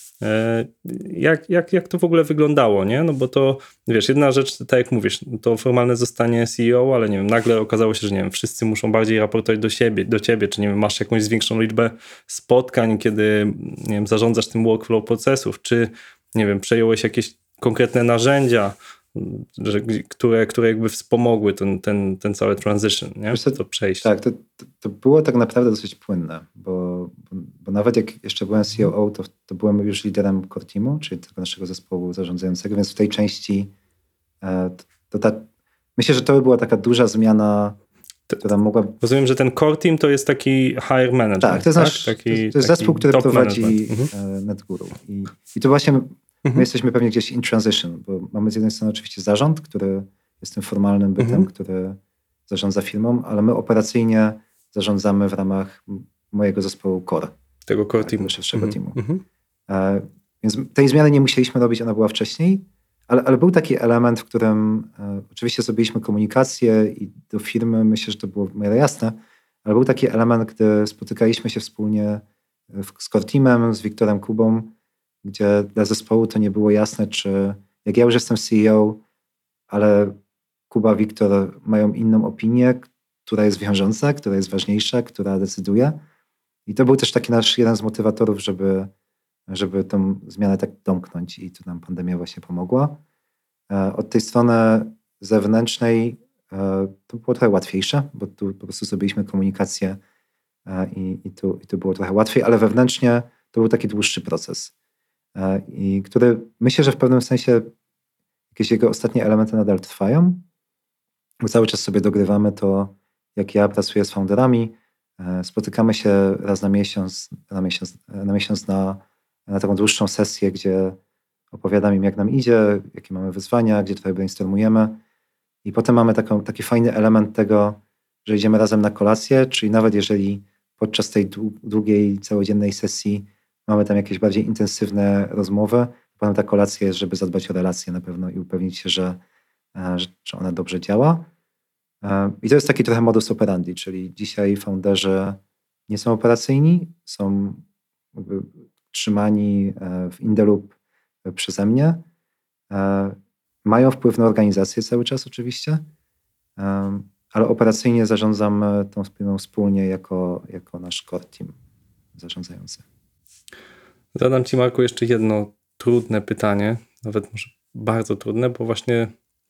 Jak to w ogóle wyglądało, nie? No bo to, wiesz, jedna rzecz, tak jak mówisz, to formalne zostanie CEO, ale nie wiem, nagle okazało się, że nie wiem, wszyscy muszą bardziej raportować do ciebie, czy nie wiem, masz jakąś zwiększoną liczbę spotkań, kiedy, nie wiem, zarządzasz tym workflow procesów, czy, nie wiem, przejąłeś jakieś konkretne narzędzia, które jakby wspomogły ten cały transition, nie? To przejście. Tak, to było tak naprawdę dosyć płynne, bo nawet jak jeszcze byłem COO, to byłem już liderem core teamu, czyli tego naszego zespołu zarządzającego, więc w tej części myślę, że to była taka duża zmia, która mogła... Rozumiem, że ten core team to jest taki hire manager. Tak, to jest zespół, który prowadzi NetGuru. I to właśnie my jesteśmy pewnie gdzieś in transition, bo mamy z jednej strony oczywiście zarząd, który jest tym formalnym bytem, który zarządza firmą, ale my operacyjnie zarządzamy w ramach mojego zespołu core. Tego core teamu. Szerszego teamu. Więc tej zmiany nie musieliśmy robić, ona była wcześniej, ale był taki element, w którym oczywiście zrobiliśmy komunikację i do firmy, myślę, że to było w miarę jasne, ale był taki element, gdy spotykaliśmy się wspólnie z core teamem, z Wiktorem, Kubą, gdzie dla zespołu to nie było jasne, czy jak ja już jestem CEO, ale Kuba, Wiktor mają inną opinię, która jest wiążąca, która jest ważniejsza, która decyduje. I to był też taki nasz jeden z motywatorów, żeby tą zmianę tak domknąć i tu nam pandemia właśnie pomogła. Od tej strony zewnętrznej to było trochę łatwiejsze, bo tu po prostu zrobiliśmy komunikację i tu było trochę łatwiej, ale wewnętrznie to był taki dłuższy proces. I który myślę, że w pewnym sensie jakieś jego ostatnie elementy nadal trwają, bo cały czas sobie dogrywamy to, jak ja pracuję z founderami. Spotykamy się raz na miesiąc na taką dłuższą sesję, gdzie opowiadam im, jak nam idzie, jakie mamy wyzwania, gdzie trochę brainstormujemy. I potem mamy taki fajny element tego, że idziemy razem na kolację, czyli nawet jeżeli podczas tej długiej, całodziennej sesji mamy tam jakieś bardziej intensywne rozmowy, potem ta kolacja jest, żeby zadbać o relacje na pewno i upewnić się, że ona dobrze działa. I to jest taki trochę modus operandi, czyli dzisiaj founderzy nie są operacyjni, są jakby trzymani w in the loop przeze mnie. Mają wpływ na organizację cały czas oczywiście, ale operacyjnie zarządzam tą firmą wspólnie jako nasz core team zarządzający. Zadam ci, Marku, jeszcze jedno trudne pytanie, nawet może bardzo trudne, bo właśnie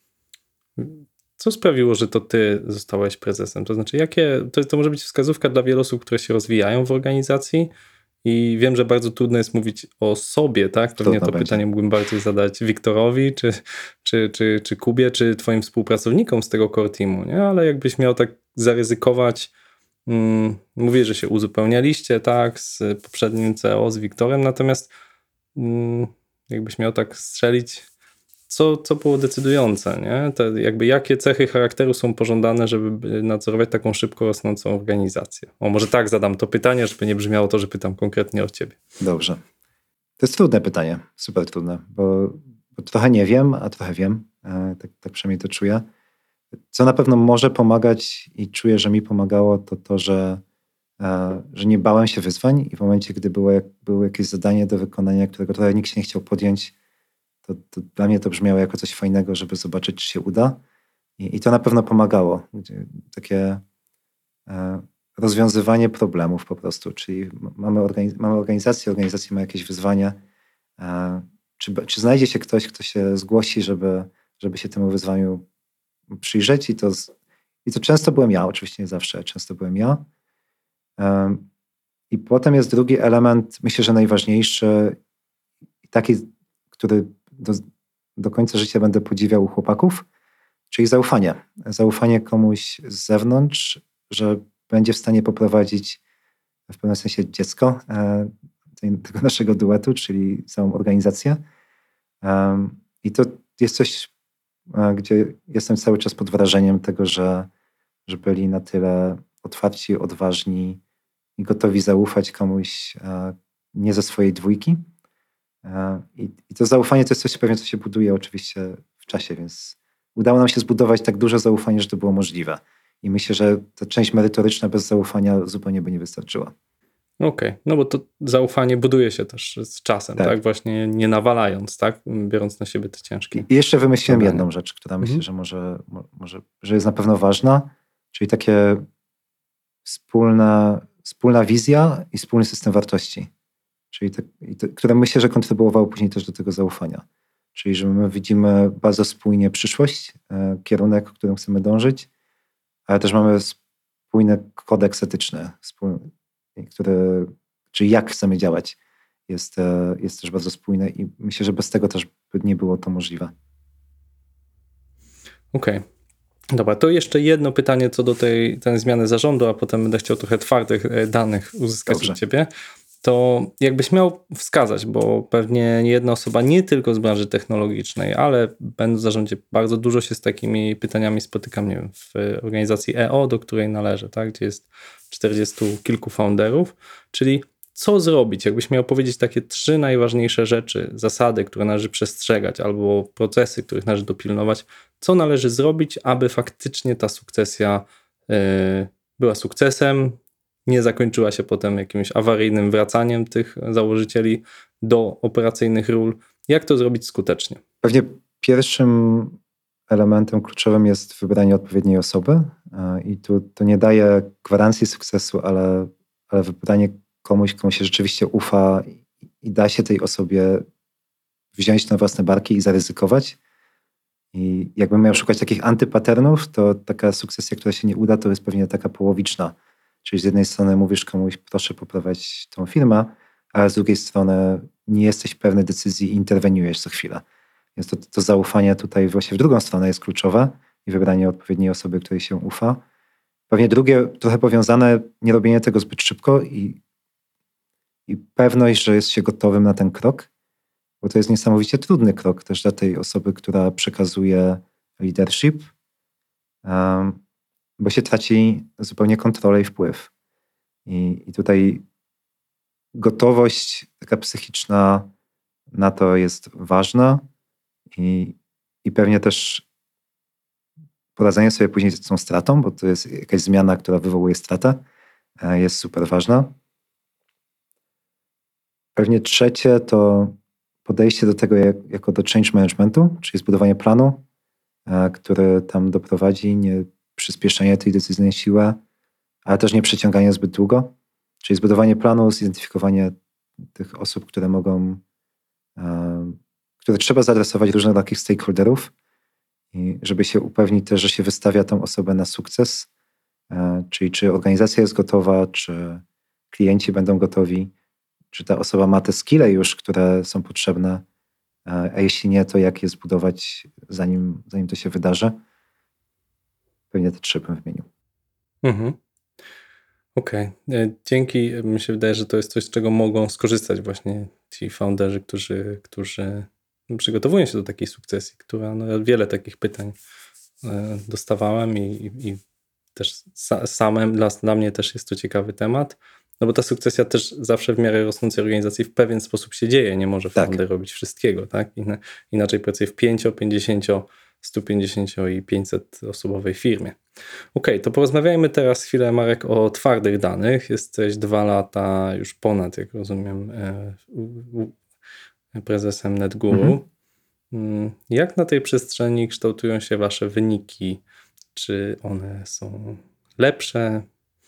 co sprawiło, że to ty zostałeś prezesem? To znaczy, to może być wskazówka dla wielu osób, które się rozwijają w organizacji i wiem, że bardzo trudno jest mówić o sobie, tak? Pewnie to pytanie mógłbym bardziej zadać Wiktorowi, czy Kubie, czy twoim współpracownikom z tego core teamu, nie? Ale jakbyś miał tak zaryzykować, mówię, że się uzupełnialiście, tak? Z poprzednim CEO, z Wiktorem, natomiast jakbyś miał tak strzelić, co było decydujące, nie? Jakie cechy charakteru są pożądane, żeby nadzorować taką szybko rosnącą organizację? Może tak zadam to pytanie, żeby nie brzmiało to, że pytam konkretnie o ciebie. Dobrze. To jest trudne pytanie, super trudne, bo trochę nie wiem, a trochę wiem. Tak przynajmniej to czuję. Co na pewno może pomagać i czuję, że mi pomagało, to że nie bałem się wyzwań i w momencie, gdy było jakieś zadanie do wykonania, którego trochę nikt się nie chciał podjąć, to dla mnie to brzmiało jako coś fajnego, żeby zobaczyć, czy się uda. I to na pewno pomagało. Takie rozwiązywanie problemów po prostu. Czyli mamy organizację, organizacja ma jakieś wyzwanie. Czy znajdzie się ktoś, kto się zgłosi, żeby się temu wyzwaniu przyjrzeć? I to często byłem ja, oczywiście nie zawsze, często byłem ja. I potem jest drugi element, myślę, że najważniejszy, taki, który do końca życia będę podziwiał u chłopaków, czyli zaufanie. Zaufanie komuś z zewnątrz, że będzie w stanie poprowadzić w pewnym sensie dziecko tego naszego duetu, czyli całą organizację. I to jest coś, gdzie jestem cały czas pod wrażeniem tego, że byli na tyle otwarci, odważni i gotowi zaufać komuś nie ze swojej dwójki. I to zaufanie to jest coś pewnie, co się buduje oczywiście w czasie, więc udało nam się zbudować tak duże zaufanie, że to było możliwe. I myślę, że ta część merytoryczna bez zaufania zupełnie by nie wystarczyła. Okej, no bo to zaufanie buduje się też z czasem, tak? Właśnie nie nawalając, tak? Biorąc na siebie te ciężkie. I jeszcze wymyśliłem jedną rzecz, która myślę, że że jest na pewno ważna, czyli takie wspólna wizja i wspólny system wartości. Czyli które myślę, że kontrybuowało później też do tego zaufania. Czyli, że my widzimy bardzo spójnie przyszłość, kierunek, w którym chcemy dążyć, ale też mamy spójny kodeks etyczny, czyli jak chcemy działać, jest też bardzo spójne i myślę, że bez tego też by nie było to możliwe. Okej. Dobra, to jeszcze jedno pytanie co do tej zmiany zarządu, a potem będę chciał trochę twardych danych uzyskać od ciebie. To jakbyś miał wskazać, bo pewnie nie jedna osoba, nie tylko z branży technologicznej, ale będąc w zarządzie, bardzo dużo się z takimi pytaniami spotykam, nie wiem, w organizacji EO, do której należę, tak, gdzie jest 40 kilku founderów, czyli co zrobić? Jakbyś miał powiedzieć takie 3 najważniejsze rzeczy, zasady, które należy przestrzegać, albo procesy, których należy dopilnować, co należy zrobić, aby faktycznie ta sukcesja była sukcesem, nie zakończyła się potem jakimś awaryjnym wracaniem tych założycieli do operacyjnych ról. Jak to zrobić skutecznie? Pewnie pierwszym elementem kluczowym jest wybranie odpowiedniej osoby i to nie daje gwarancji sukcesu, ale wybranie komuś, komu się rzeczywiście ufa i da się tej osobie wziąć na własne barki i zaryzykować. I jakbym miał szukać takich antypatternów, to taka sukcesja, która się nie uda, to jest pewnie taka połowiczna. Czyli z jednej strony mówisz komuś, proszę poprowadź tą firmę, ale z drugiej strony nie jesteś pewny decyzji i interweniujesz co chwilę. Więc to zaufanie tutaj właśnie w drugą stronę jest kluczowe i wybranie odpowiedniej osoby, której się ufa. Pewnie drugie, trochę powiązane, nie robienie tego zbyt szybko i pewność, że jest się gotowym na ten krok, bo to jest niesamowicie trudny krok też dla tej osoby, która przekazuje leadership, bo się traci zupełnie kontrolę i wpływ. I tutaj gotowość taka psychiczna na to jest ważna i pewnie też poradzenie sobie później z tą stratą, bo to jest jakaś zmiana, która wywołuje stratę, jest super ważna. Pewnie trzecie to podejście do tego jako do change managementu, czyli zbudowanie planu, który tam doprowadzi, nie przyspieszenie tej decyzyjnej siły, ale też nie przeciąganie zbyt długo. Czyli zbudowanie planu, zidentyfikowanie tych osób, które trzeba zaadresować, różnych takich stakeholderów, i żeby się upewnić też, że się wystawia tą osobę na sukces, czyli czy organizacja jest gotowa, czy klienci będą gotowi, czy ta osoba ma te skille już, które są potrzebne, a jeśli nie, to jak je zbudować, zanim to się wydarzy. Pewnie te 3 bym wymienił. Mhm. Okej. Dzięki. Mi się wydaje, że to jest coś, z czego mogą skorzystać właśnie ci founderzy, którzy przygotowują się do takiej sukcesji, która wiele takich pytań dostawałem i też samym dla mnie też jest to ciekawy temat, no bo ta sukcesja też zawsze w miarę rosnącej organizacji w pewien sposób się dzieje. Nie może founder robić wszystkiego, tak? Inaczej pracuje w 5, 50, 150 i 500 osobowej firmie. Okej, to porozmawiajmy teraz chwilę, Marek, o twardych danych. Jesteś 2 lata już ponad, jak rozumiem, prezesem NetGuru. Jak na tej przestrzeni kształtują się wasze wyniki? Czy one są lepsze,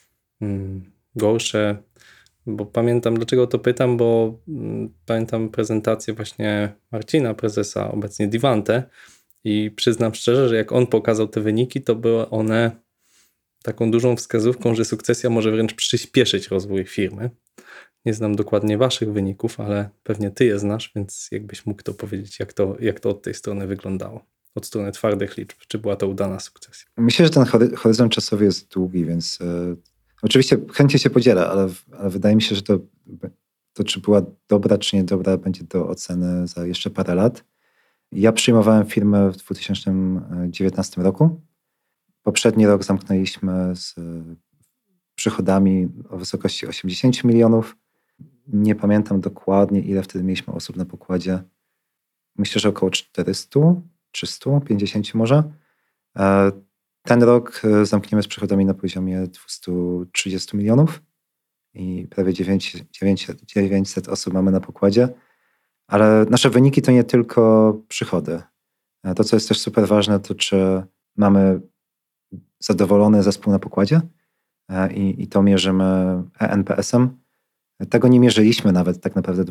gorsze? Bo pamiętam, dlaczego to pytam, bo pamiętam prezentację właśnie Marcina, prezesa obecnie Divante, i przyznam szczerze, że jak on pokazał te wyniki, to były one taką dużą wskazówką, że sukcesja może wręcz przyspieszyć rozwój firmy. Nie znam dokładnie waszych wyników, ale pewnie ty je znasz, więc jakbyś mógł to powiedzieć, jak to od tej strony wyglądało? Od strony twardych liczb. Czy była to udana sukcesja? Myślę, że ten horyzont czasowy jest długi, więc oczywiście chętnie się podzielę, ale wydaje mi się, że to czy była dobra, czy niedobra, będzie do oceny za jeszcze parę lat. Ja przyjmowałem firmę w 2019 roku. Poprzedni rok zamknęliśmy z przychodami o wysokości 80 milionów. Nie pamiętam dokładnie, ile wtedy mieliśmy osób na pokładzie. Myślę, że około 400, 350 może. Ten rok zamkniemy z przychodami na poziomie 230 milionów i prawie 900 osób mamy na pokładzie. Ale nasze wyniki to nie tylko przychody. To, co jest też super ważne, to czy mamy zadowolony zespół na pokładzie i to mierzymy NPS-em. Tego nie mierzyliśmy nawet tak naprawdę w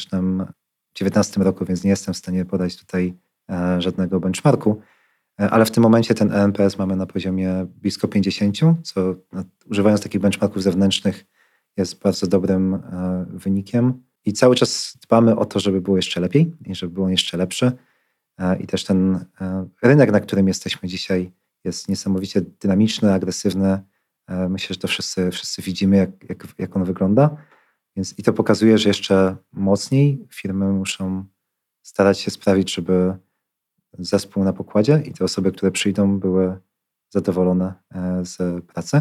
2019 roku, więc nie jestem w stanie podać tutaj żadnego benchmarku, ale w tym momencie ten NPS mamy na poziomie blisko 50, co używając takich benchmarków zewnętrznych jest bardzo dobrym wynikiem. I cały czas dbamy o to, żeby było jeszcze lepiej i żeby było jeszcze lepsze. I też ten rynek, na którym jesteśmy dzisiaj, jest niesamowicie dynamiczny, agresywny. Myślę, że to wszyscy widzimy, jak on wygląda. Więc i to pokazuje, że jeszcze mocniej firmy muszą starać się sprawić, żeby zespół na pokładzie i te osoby, które przyjdą, były zadowolone z pracy.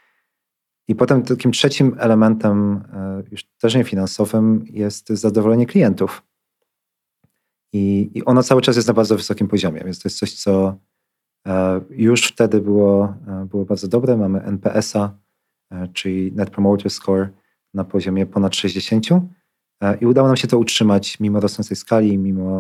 I potem takim trzecim elementem, już też nie finansowym, jest zadowolenie klientów. I ono cały czas jest na bardzo wysokim poziomie, więc to jest coś, co już wtedy było bardzo dobre. Mamy NPS-a, czyli Net Promoter Score, na poziomie ponad 60 i udało nam się to utrzymać mimo rosnącej skali,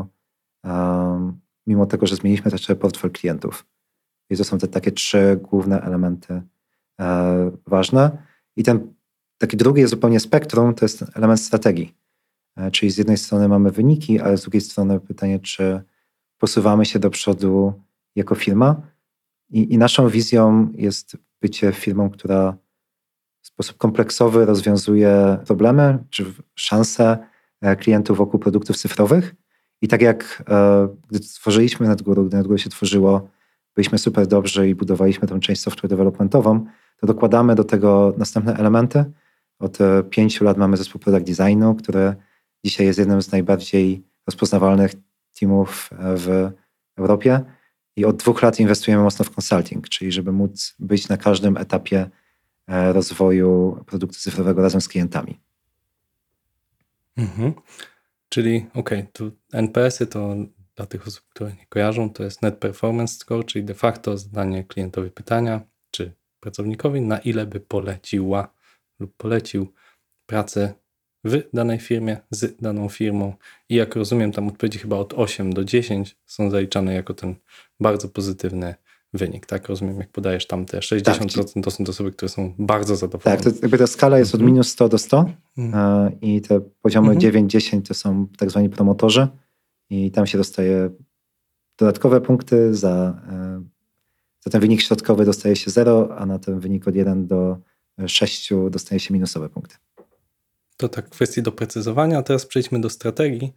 mimo tego, że zmieniliśmy też portfel klientów. I to są te takie 3 główne elementy ważne. I ten taki drugi jest zupełnie spektrum, to jest element strategii. Czyli z jednej strony mamy wyniki, ale z drugiej strony pytanie, czy posuwamy się do przodu jako firma. I naszą wizją jest bycie firmą, która w sposób kompleksowy rozwiązuje problemy czy szanse klientów wokół produktów cyfrowych I tak jak gdy tworzyliśmy NetGuru, gdy NetGuru się tworzyło, byliśmy super dobrzy i budowaliśmy tę część software developmentową, to dokładamy do tego następne elementy. Od 5 lat mamy zespół product designu, który dzisiaj jest jednym z najbardziej rozpoznawalnych teamów w Europie. I od 2 lat inwestujemy mocno w consulting, czyli żeby móc być na każdym etapie rozwoju produktu cyfrowego razem z klientami. Czyli tu NPS-y to dla tych osób, które nie kojarzą, to jest Net Performance Score, czyli de facto zadanie klientowi pytania, czy pracownikowi, na ile by poleciła lub polecił pracę w danej firmie, z daną firmą. I jak rozumiem, tam odpowiedzi chyba od 8 do 10 są zaliczane jako ten bardzo pozytywny wynik. Tak rozumiem, jak podajesz tam te 60%, to są te osoby, które są bardzo zadowolone. Tak, to jakby ta skala jest od minus 100 do 100 i te poziomy 9-10 to są tak zwani promotorzy i tam się dostaje dodatkowe punkty za ten wynik środkowy dostaje się 0, a na ten wynik od 1 do 6 dostaje się minusowe punkty. To tak w kwestii doprecyzowania, a teraz przejdźmy do strategii.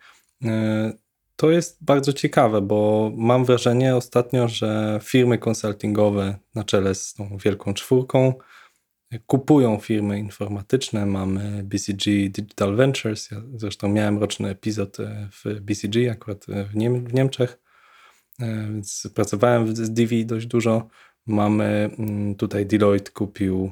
To jest bardzo ciekawe, bo mam wrażenie ostatnio, że firmy konsultingowe na czele z tą wielką 4 kupują firmy informatyczne. Mamy BCG Digital Ventures. Ja zresztą miałem roczny epizod w BCG, akurat w Niemczech, więc pracowałem z DV dość dużo. Mamy tutaj Deloitte kupił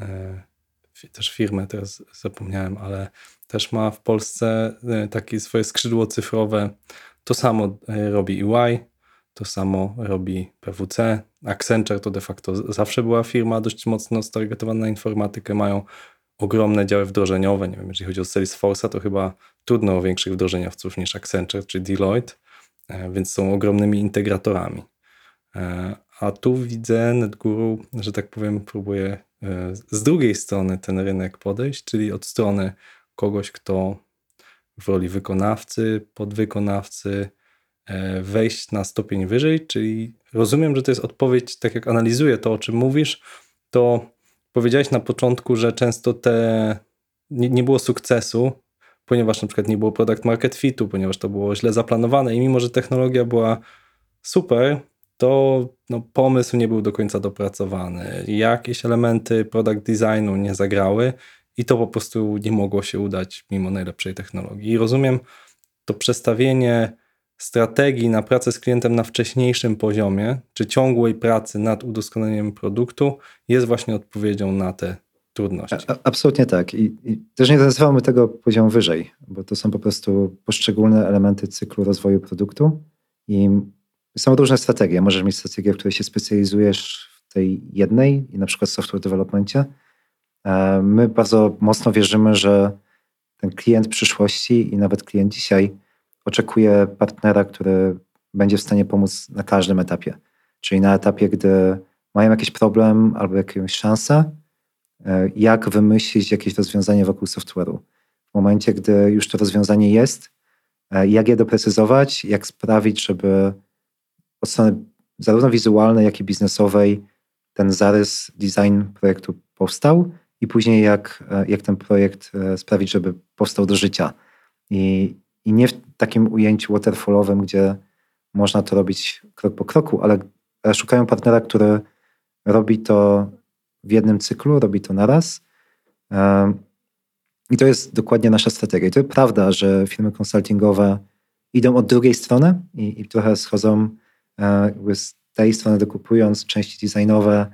też firmę, teraz zapomniałem, ale też ma w Polsce takie swoje skrzydło cyfrowe. To samo robi EY, to samo robi PwC. Accenture to de facto zawsze była firma dość mocno stargetowana na informatykę. Mają ogromne działy wdrożeniowe. Nie wiem, jeżeli chodzi o Salesforce'a, to chyba trudno o większych wdrożeniowców niż Accenture czy Deloitte, więc są ogromnymi integratorami. A tu widzę NetGuru, że tak powiem, próbuje z drugiej strony ten rynek podejść, czyli od strony kogoś, kto w roli wykonawcy, podwykonawcy wejść na stopień wyżej, czyli rozumiem, że to jest odpowiedź, tak jak analizuję to, o czym mówisz, to powiedziałeś na początku, że często nie było sukcesu, ponieważ na przykład nie było product market fitu, ponieważ to było źle zaplanowane i mimo, że technologia była super, to pomysł nie był do końca dopracowany. Jakieś elementy product designu nie zagrały i to po prostu nie mogło się udać mimo najlepszej technologii. I rozumiem, to przestawienie strategii na pracę z klientem na wcześniejszym poziomie, czy ciągłej pracy nad udoskonaleniem produktu jest właśnie odpowiedzią na te trudności. Absolutnie tak. I też nie nazywamy tego poziom wyżej, bo to są po prostu poszczególne elementy cyklu rozwoju produktu i są różne strategie. Możesz mieć strategię, w której się specjalizujesz w tej jednej i na przykład w software developmencie. My bardzo mocno wierzymy, że ten klient przyszłości i nawet klient dzisiaj oczekuje partnera, który będzie w stanie pomóc na każdym etapie. Czyli na etapie, gdy mają jakiś problem albo jakąś szansę, jak wymyślić jakieś rozwiązanie wokół software'u. W momencie, gdy już to rozwiązanie jest, jak je doprecyzować, jak sprawić, żeby od strony zarówno wizualnej, jak i biznesowej ten zarys, design projektu powstał i później jak ten projekt sprawić, żeby powstał do życia. I nie w takim ujęciu waterfallowym, gdzie można to robić krok po kroku, ale szukają partnera, który robi to w jednym cyklu, robi to naraz. I to jest dokładnie nasza strategia. I to jest prawda, że firmy konsultingowe idą od drugiej strony i trochę schodzą jakby z tej strony dokupując części designowe,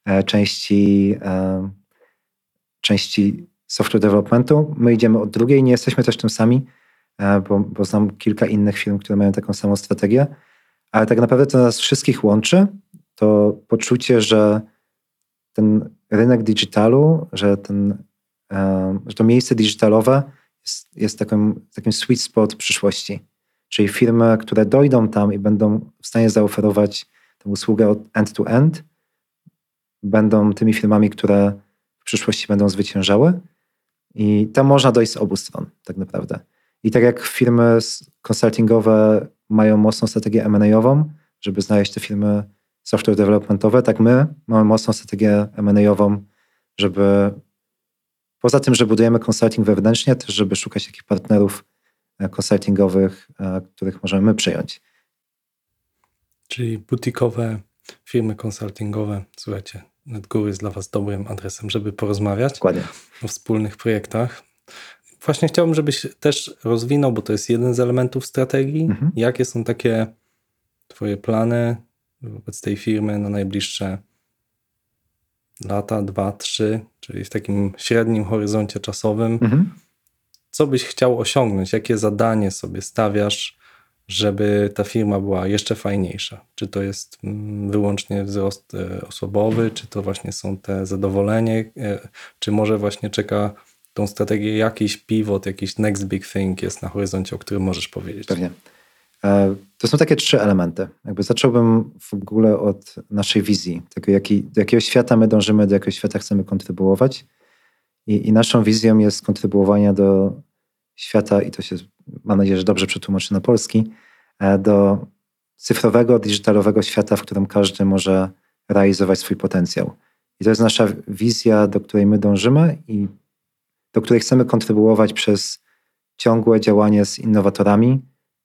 części software developmentu. My idziemy od drugiej, nie jesteśmy też tym sami, bo znam kilka innych firm, które mają taką samą strategię, ale tak naprawdę to nas wszystkich łączy, to poczucie, że ten rynek digitalu, że to miejsce digitalowe jest takim sweet spot przyszłości. Czyli firmy, które dojdą tam i będą w stanie zaoferować tę usługę od end-to-end, będą tymi firmami, które w przyszłości będą zwyciężały i tam można dojść z obu stron tak naprawdę. I tak jak firmy konsultingowe mają mocną strategię M&A-ową, żeby znaleźć te firmy software developmentowe, tak my mamy mocną strategię M&A-ową, żeby poza tym, że budujemy consulting wewnętrznie, też żeby szukać takich partnerów konsultingowych, których możemy my przyjąć. Czyli butikowe firmy konsultingowe. Słuchajcie, NetGuru jest dla was dobrym adresem, żeby porozmawiać Dokładnie. o wspólnych projektach. Właśnie chciałbym, żebyś też rozwinął, bo to jest jeden z elementów strategii. Jakie są takie twoje plany wobec tej firmy na najbliższe lata, 2, 3, czyli w takim średnim horyzoncie czasowym? Co byś chciał osiągnąć? Jakie zadanie sobie stawiasz, żeby ta firma była jeszcze fajniejsza? Czy to jest wyłącznie wzrost osobowy, czy to właśnie są te zadowolenie, czy może właśnie czeka tą strategię jakiś pivot, jakiś next big thing jest na horyzoncie, o którym możesz powiedzieć? Pewnie. To są takie 3 elementy. Jakby zacząłbym w ogóle od naszej wizji, tego do jakiego świata my dążymy, do jakiego świata chcemy kontrybuować. I naszą wizją jest kontrybuowania do świata, i to się, mam nadzieję, że dobrze przetłumaczy na polski, do cyfrowego, digitalowego świata, w którym każdy może realizować swój potencjał. I to jest nasza wizja, do której my dążymy i do której chcemy kontrybuować przez ciągłe działanie z innowatorami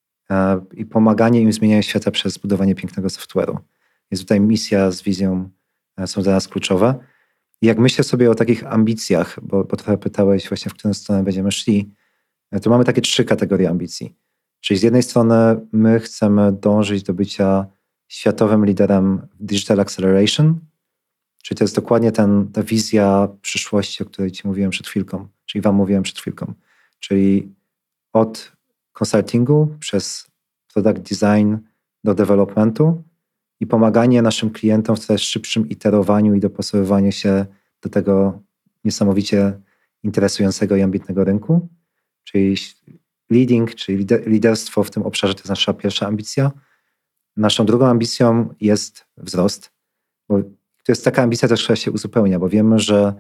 i pomaganie im w zmienianiu świata przez budowanie pięknego software'u. Jest tutaj misja z wizją, są dla nas kluczowe. I jak myślę sobie o takich ambicjach, bo trochę pytałeś właśnie, w którą stronę będziemy szli, to mamy takie 3 kategorie ambicji. Czyli z jednej strony my chcemy dążyć do bycia światowym liderem w Digital Acceleration, czyli to jest dokładnie ta wizja przyszłości, o której ci mówiłem przed chwilką, czyli wam mówiłem przed chwilką. Czyli od consultingu przez product design do developmentu i pomaganie naszym klientom w coraz szybszym iterowaniu i dopasowywaniu się do tego niesamowicie interesującego i ambitnego rynku. Czyli leading, czyli liderstwo w tym obszarze to jest nasza pierwsza ambicja. Naszą drugą ambicją jest wzrost, bo to jest taka ambicja też, która się uzupełnia, bo wiemy, że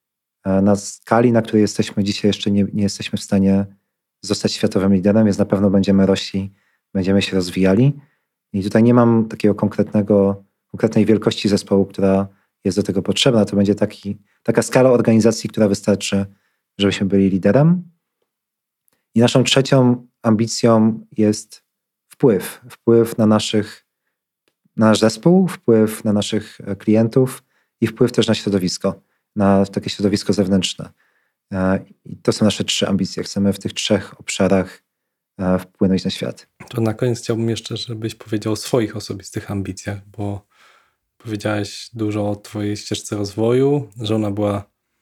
na skali, na której jesteśmy dzisiaj, jeszcze nie jesteśmy w stanie zostać światowym liderem, więc na pewno będziemy rośli, będziemy się rozwijali. I tutaj nie mam takiego konkretnej wielkości zespołu, która jest do tego potrzebna. To będzie taka skala organizacji, która wystarczy, żebyśmy byli liderem. I naszą trzecią ambicją jest wpływ. Wpływ na nasz zespół, wpływ na naszych klientów i wpływ też na środowisko, na takie środowisko zewnętrzne. I to są nasze 3 ambicje. Chcemy w tych 3 obszarach wpłynąć na świat. To na koniec chciałbym jeszcze, żebyś powiedział o swoich osobistych ambicjach, bo powiedziałeś dużo o twojej ścieżce rozwoju, że ona była,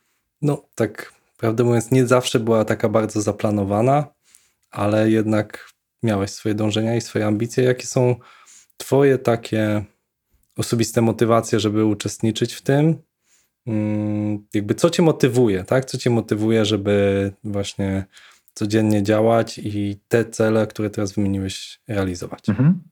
tak prawdę mówiąc, nie zawsze była taka bardzo zaplanowana, ale jednak miałeś swoje dążenia i swoje ambicje. Jakie są twoje takie osobiste motywacje, żeby uczestniczyć w tym? Jakby co cię motywuje, tak? Co cię motywuje, żeby właśnie codziennie działać i te cele, które teraz wymieniłeś, realizować?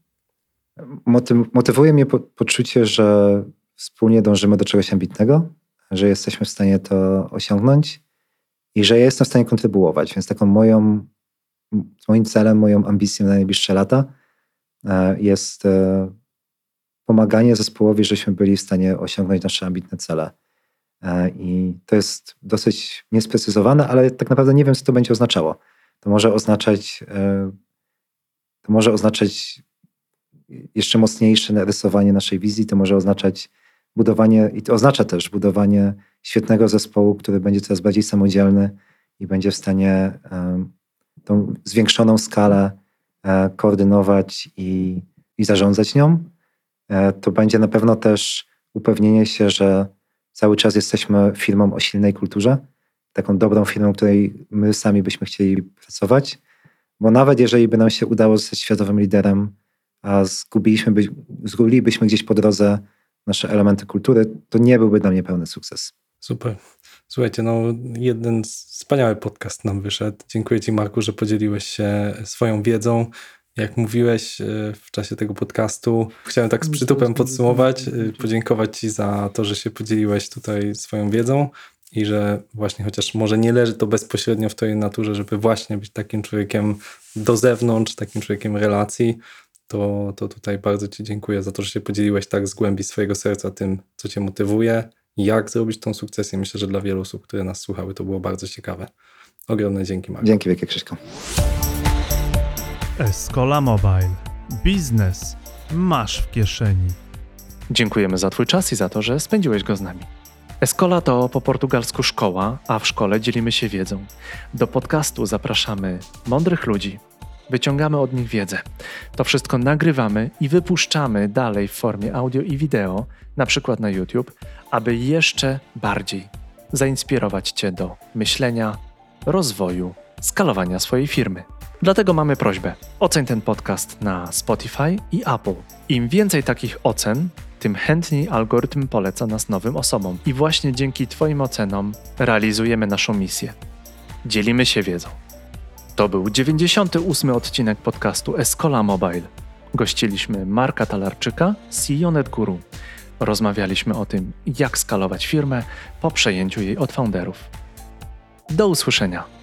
Motywuje mnie poczucie, że wspólnie dążymy do czegoś ambitnego, że jesteśmy w stanie to osiągnąć i że ja jestem w stanie kontrybuować. Więc taką moim celem, moją ambicją na najbliższe lata jest pomaganie zespołowi, żebyśmy byli w stanie osiągnąć nasze ambitne cele. I to jest dosyć niesprecyzowane, ale tak naprawdę nie wiem, co to będzie oznaczało. To może oznaczać jeszcze mocniejsze narysowanie naszej wizji, to może oznaczać budowanie, i to oznacza też budowanie świetnego zespołu, który będzie coraz bardziej samodzielny i będzie w stanie tą zwiększoną skalę koordynować i zarządzać nią. To będzie na pewno też upewnienie się, że cały czas jesteśmy firmą o silnej kulturze, taką dobrą firmą, której my sami byśmy chcieli pracować, bo nawet jeżeli by nam się udało zostać światowym liderem, a zgubilibyśmy gdzieś po drodze nasze elementy kultury, to nie byłby dla mnie pełny sukces. Super. Słuchajcie, jeden wspaniały podcast nam wyszedł. Dziękuję ci, Marku, że podzieliłeś się swoją wiedzą. Jak mówiłeś w czasie tego podcastu, chciałem tak z przytupem podsumować, podziękować ci za to, że się podzieliłeś tutaj swoją wiedzą i że właśnie chociaż może nie leży to bezpośrednio w twojej naturze, żeby właśnie być takim człowiekiem do zewnątrz, takim człowiekiem relacji, to tutaj bardzo ci dziękuję za to, że się podzieliłeś tak z głębi swojego serca tym, co cię motywuje, jak zrobić tą sukcesję. Myślę, że dla wielu osób, które nas słuchały, to było bardzo ciekawe. Ogromne dzięki, Marku. Dzięki wielkie, Krzyśku. Escola Mobile. Biznes masz w kieszeni. Dziękujemy za Twój czas i za to, że spędziłeś go z nami. Escola to po portugalsku szkoła, a w szkole dzielimy się wiedzą. Do podcastu zapraszamy mądrych ludzi. Wyciągamy od nich wiedzę. To wszystko nagrywamy i wypuszczamy dalej w formie audio i wideo, na przykład na YouTube, aby jeszcze bardziej zainspirować Cię do myślenia, rozwoju, skalowania swojej firmy. Dlatego mamy prośbę. Oceń ten podcast na Spotify i Apple. Im więcej takich ocen, tym chętniej algorytm poleca nas nowym osobom. I właśnie dzięki Twoim ocenom realizujemy naszą misję. Dzielimy się wiedzą. To był 98. odcinek podcastu Escola Mobile. Gościliśmy Marka Talarczyka, CEO NetGuru. Rozmawialiśmy o tym, jak skalować firmę po przejęciu jej od founderów. Do usłyszenia.